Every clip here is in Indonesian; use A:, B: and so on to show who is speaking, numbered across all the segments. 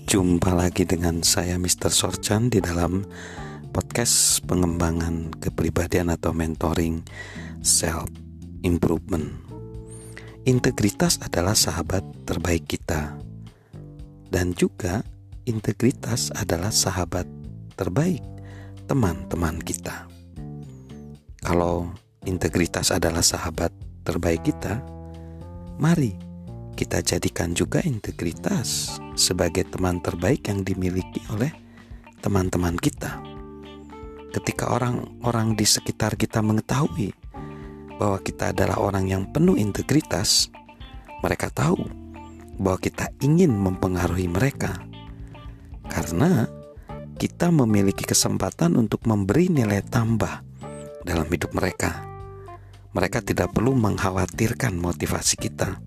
A: Jumpa lagi dengan saya Mr. Sorchan di dalam podcast pengembangan kepribadian atau mentoring self improvement. Integritas adalah sahabat terbaik kita, dan juga integritas adalah sahabat terbaik teman-teman kita. Kalau integritas adalah sahabat terbaik kita, mari kita jadikan juga integritas sebagai teman terbaik yang dimiliki oleh teman-teman kita. Ketika orang-orang di sekitar kita mengetahui bahwa kita adalah orang yang penuh integritas, mereka tahu bahwa kita ingin mempengaruhi mereka, karena kita memiliki kesempatan untuk memberi nilai tambah dalam hidup mereka. Mereka tidak perlu mengkhawatirkan motivasi kita.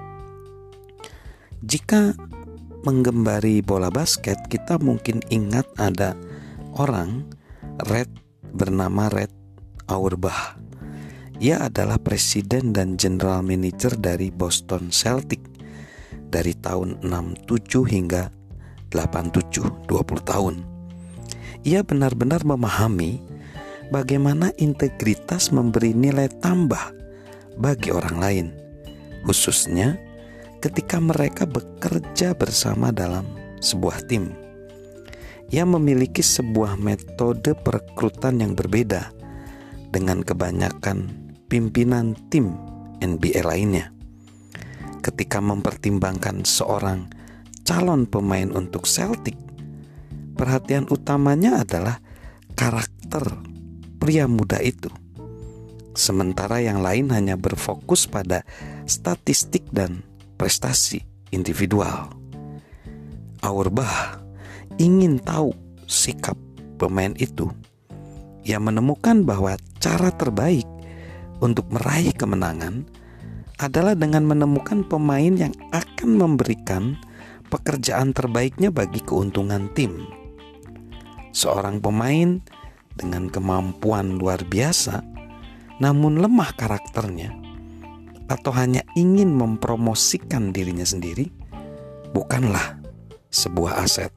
A: Jika menggembari bola basket, kita mungkin ingat ada orang bernama Red Auerbach. Ia adalah presiden dan general manager dari Boston Celtics dari tahun 67 hingga 87, 20 tahun. Ia benar-benar memahami bagaimana integritas memberi nilai tambah bagi orang lain, khususnya ketika mereka bekerja bersama dalam sebuah tim. Ia memiliki sebuah metode perekrutan yang berbeda dengan kebanyakan pimpinan tim NBA lainnya. Ketika mempertimbangkan seorang calon pemain untuk Celtic, perhatian utamanya adalah karakter pria muda itu, sementara yang lain hanya berfokus pada statistik dan prestasi individual. Auerbach ingin tahu sikap pemain itu. Ia menemukan bahwa cara terbaik untuk meraih kemenangan adalah dengan menemukan pemain yang akan memberikan pekerjaan terbaiknya bagi keuntungan tim. Seorang pemain dengan kemampuan luar biasa namun lemah karakternya, atau hanya ingin mempromosikan dirinya sendiri, bukanlah sebuah aset.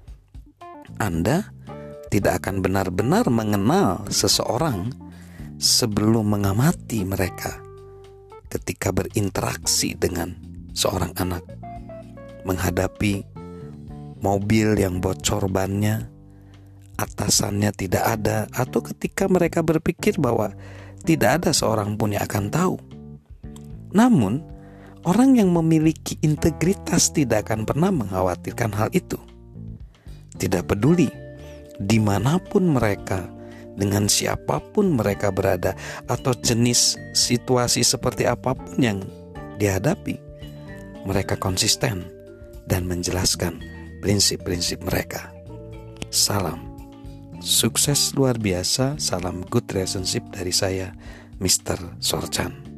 A: Anda tidak akan benar-benar mengenal seseorang sebelum mengamati mereka ketika berinteraksi dengan seorang anak, menghadapi mobil yang bocor bannya, atasannya tidak ada, atau ketika mereka berpikir bahwa tidak ada seorang pun yang akan tahu. Namun, orang yang memiliki integritas tidak akan pernah mengkhawatirkan hal itu. Tidak peduli dimanapun mereka, dengan siapapun mereka berada, atau jenis situasi seperti apapun yang dihadapi, mereka konsisten dan menjelaskan prinsip-prinsip mereka. Salam sukses luar biasa, salam good relationship dari saya, Mr. Sorchan.